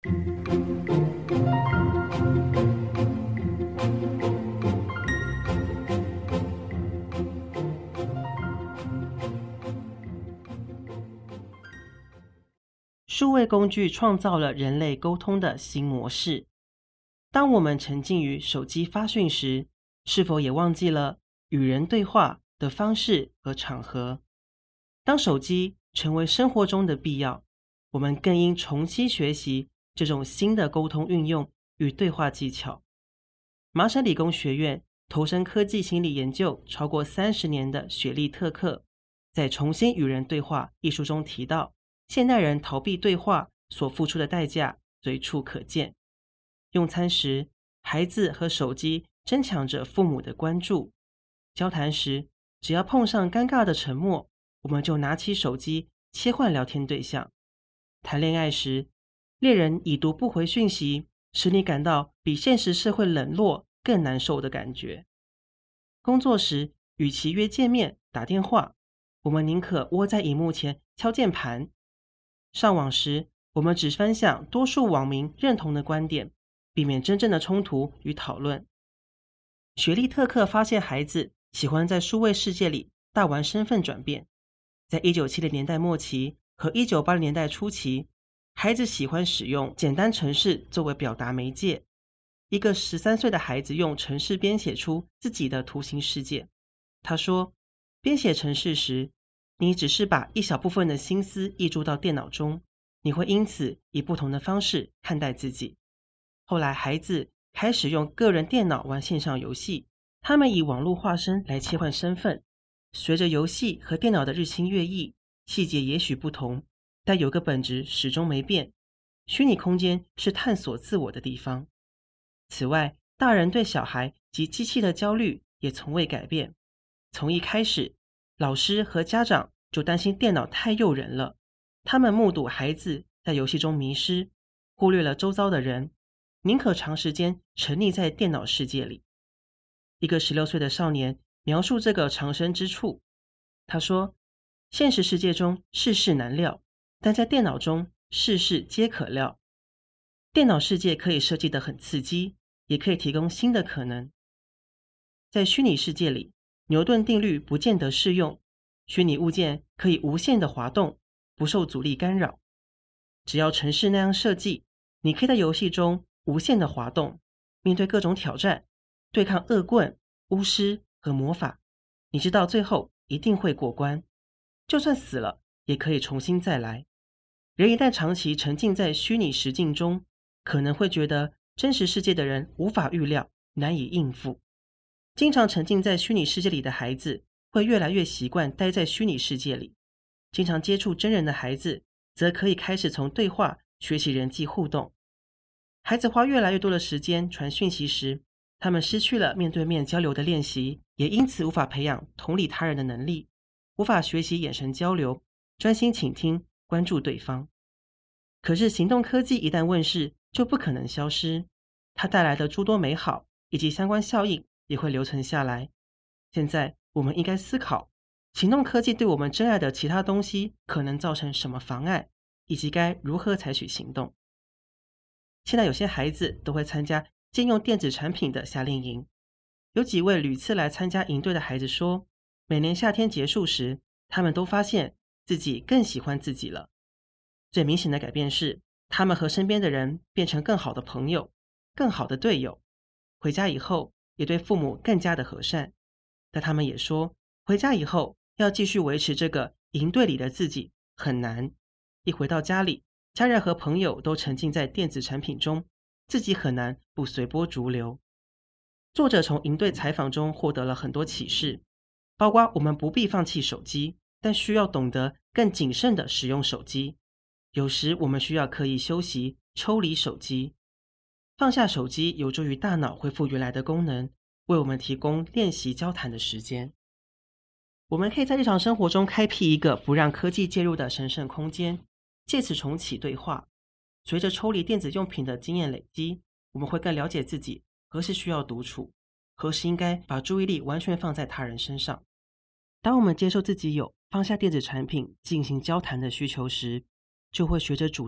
数位工具创造了人类沟通的新模式。当我们沉浸于手机发讯时，是否也忘记了与人对话的方式和场合？当手机成为生活中的必要，我们更应重新学习这种新的沟通运用与对话技巧。麻省理工学院投身科技心理研究超过30年的雪莉特克，在《重新与人对话》一书中提到，现代人逃避对话所付出的代价随处可见。用餐时，孩子和手机争抢着父母的关注；交谈时，只要碰上尴尬的沉默，我们就拿起手机切换聊天对象。谈恋爱时，恋人已读不回讯息，使你感到比现实社会冷落更难受的感觉。工作时，与其约见面打电话，我们宁可窝在荧幕前敲键盘。上网时，我们只分享多数网民认同的观点，避免真正的冲突与讨论。雪莉特克发现孩子喜欢在数位世界里大玩身份转变。在1970年代末期和1980年代初期，孩子喜欢使用简单程式作为表达媒介。一个13岁的孩子用程式编写出自己的图形世界。他说，编写程式时，你只是把一小部分的心思溢注到电脑中，你会因此以不同的方式看待自己。后来孩子开始用个人电脑玩线上游戏，他们以网络化身来切换身份。随着游戏和电脑的日新月异，细节也许不同，但有个本质始终没变：虚拟空间是探索自我的地方。此外，大人对小孩及机器的焦虑也从未改变。从一开始，老师和家长就担心电脑太诱人了，他们目睹孩子在游戏中迷失，忽略了周遭的人，宁可长时间沉溺在电脑世界里。一个16岁的少年描述这个藏身之处。他说，现实世界中世事难料，但在电脑中事事皆可料。电脑世界可以设计得很刺激，也可以提供新的可能。在虚拟世界里，牛顿定律不见得适用，虚拟物件可以无限的滑动，不受阻力干扰。只要程式那样设计，你可以在游戏中无限的滑动，面对各种挑战，对抗恶棍、巫师和魔法，你知道最后一定会过关。就算死了，也可以重新再来。人一旦长期沉浸在虚拟实境中，可能会觉得真实世界的人无法预料，难以应付。经常沉浸在虚拟世界里的孩子，会越来越习惯待在虚拟世界里。经常接触真人的孩子，则可以开始从对话学习人际互动。孩子花越来越多的时间传讯息时，他们失去了面对面交流的练习，也因此无法培养同理他人的能力，无法学习眼神交流，专心倾听，关注对方。可是行动科技一旦问世，就不可能消失，它带来的诸多美好以及相关效应也会留存下来。现在我们应该思考，行动科技对我们珍爱的其他东西可能造成什么妨碍，以及该如何采取行动。现在有些孩子都会参加借用电子产品的夏令营。有几位屡次来参加营队的孩子说，每年夏天结束时，他们都发现自己更喜欢自己了。最明显的改变是，他们和身边的人变成更好的朋友，更好的队友。回家以后，也对父母更加的和善。但他们也说，回家以后要继续维持这个营队里的自己很难。一回到家里，家人和朋友都沉浸在电子产品中，自己很难不随波逐流。作者从营队采访中获得了很多启示，包括我们不必放弃手机，但需要懂得更谨慎地使用手机。有时我们需要刻意休息，抽离手机。放下手机有助于大脑恢复原来的功能，为我们提供练习交谈的时间。我们可以在日常生活中开辟一个不让科技介入的神圣空间，借此重启对话。随着抽离电子用品的经验累积，我们会更了解自己何时需要独处，何时应该把注意力完全放在他人身上。当我们接受自己有放下电子产品进行交谈的需求时，就会学着主动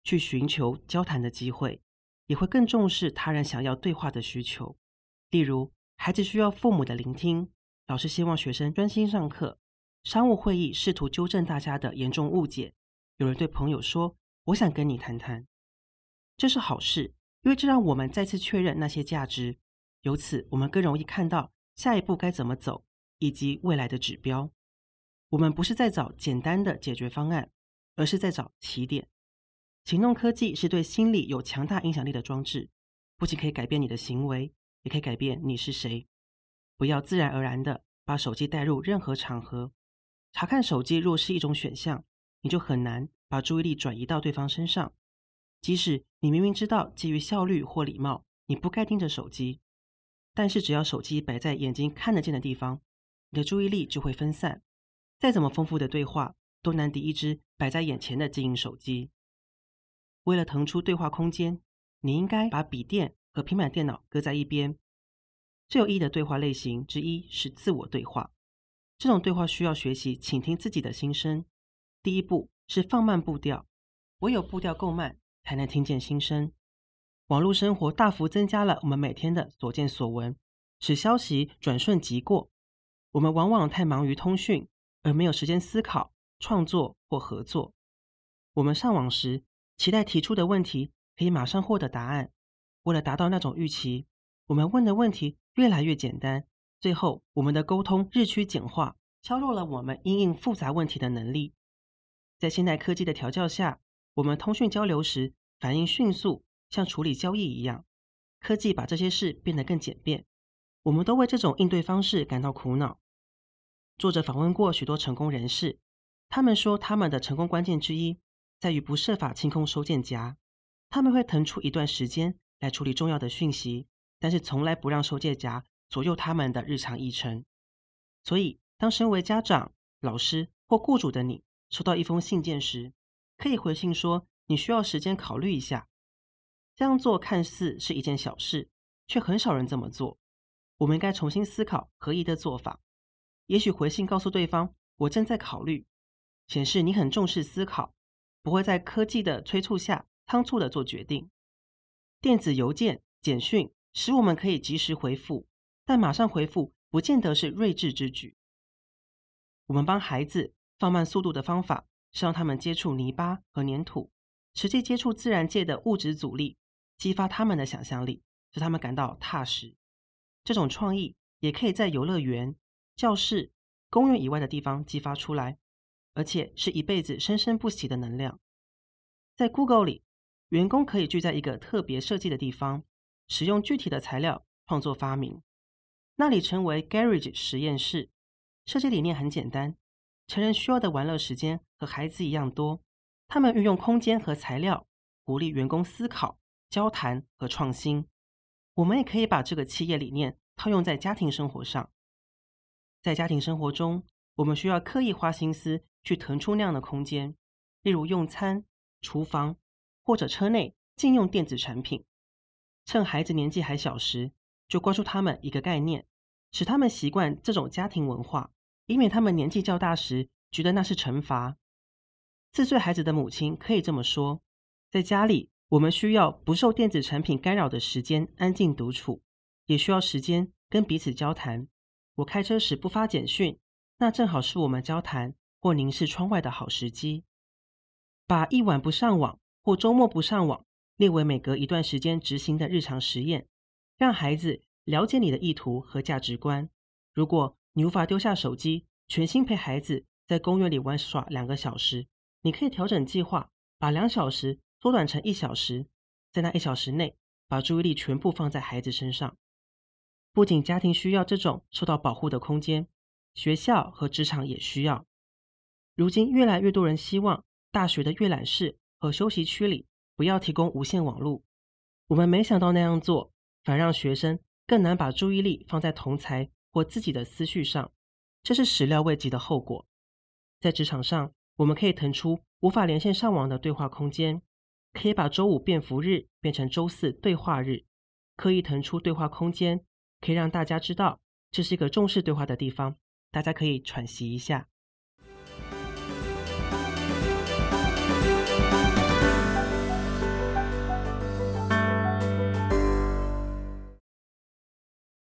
去寻求交谈的机会，也会更重视他人想要对话的需求。例如，孩子需要父母的聆听，老师希望学生专心上课，商务会议试图纠正大家的严重误解，有人对朋友说：“我想跟你谈谈。”这是好事，因为这让我们再次确认那些价值，由此我们更容易看到下一步该怎么走，以及未来的指标。我们不是在找简单的解决方案，而是在找起点。行动科技是对心理有强大影响力的装置，不仅可以改变你的行为，也可以改变你是谁。不要自然而然的把手机带入任何场合。查看手机若是一种选项，你就很难把注意力转移到对方身上。即使你明明知道基于效率或礼貌，你不该盯着手机，但是只要手机摆在眼睛看得见的地方，你的注意力就会分散。再怎么丰富的对话，都难敌一只摆在眼前的静音手机。为了腾出对话空间，你应该把笔电和平板电脑搁在一边。最有意义的对话类型之一是自我对话。这种对话需要学习倾听自己的心声。第一步是放慢步调，唯有步调够慢，才能听见心声。网络生活大幅增加了我们每天的所见所闻，使消息转瞬即过。我们往往太忙于通讯，而没有时间思考、创作或合作。我们上网时，期待提出的问题可以马上获得答案。为了达到那种预期，我们问的问题越来越简单，最后我们的沟通日趋简化，削弱了我们因应复杂问题的能力。在现代科技的调教下，我们通讯交流时反应迅速，像处理交易一样。科技把这些事变得更简便，我们都为这种应对方式感到苦恼。作者访问过许多成功人士，他们说他们的成功关键之一在于不设法清空收件夹。他们会腾出一段时间来处理重要的讯息，但是从来不让收件夹左右他们的日常议程。所以，当身为家长、老师或雇主的你收到一封信件时，可以回信说你需要时间考虑一下。这样做看似是一件小事，却很少人这么做。我们应该重新思考合宜的做法。也许回信告诉对方我正在考虑，显示你很重视思考，不会在科技的催促下仓促地做决定。电子邮件、简讯使我们可以及时回复，但马上回复不见得是睿智之举。我们帮孩子放慢速度的方法是让他们接触泥巴和粘土，实际接触自然界的物质阻力，激发他们的想象力，使他们感到踏实。这种创意也可以在游乐园、教室、公园以外的地方激发出来，而且是一辈子生生不息的能量。在 Google 里，员工可以聚在一个特别设计的地方，使用具体的材料创作发明。那里称为 Garage 实验室。设计理念很简单，成人需要的玩乐时间和孩子一样多。他们运用空间和材料，鼓励员工思考、交谈和创新。我们也可以把这个企业理念套用在家庭生活上。在家庭生活中，我们需要刻意花心思去腾出那样的空间，例如用餐、厨房或者车内禁用电子产品。趁孩子年纪还小时，就灌输他们一个概念，使他们习惯这种家庭文化，以免他们年纪较大时觉得那是惩罚。4岁孩子的母亲可以这么说：在家里，我们需要不受电子产品干扰的时间安静独处，也需要时间跟彼此交谈。我开车时不发简讯，那正好是我们交谈或凝视窗外的好时机。把一晚不上网或周末不上网列为每隔一段时间执行的日常实验，让孩子了解你的意图和价值观。如果你无法丢下手机，全心陪孩子在公园里玩耍2个小时，你可以调整计划，把2小时缩短成1小时，在那1小时内把注意力全部放在孩子身上。不仅家庭需要这种受到保护的空间，学校和职场也需要。如今越来越多人希望大学的阅览室和休息区里不要提供无线网络。我们没想到那样做，反让学生更难把注意力放在同侪或自己的思绪上，这是始料未及的后果。在职场上，我们可以腾出无法连线上网的对话空间，可以把周5便服日变成周4对话日，刻意腾出对话空间，可以让大家知道这是一个重视对话的地方，大家可以喘息一下。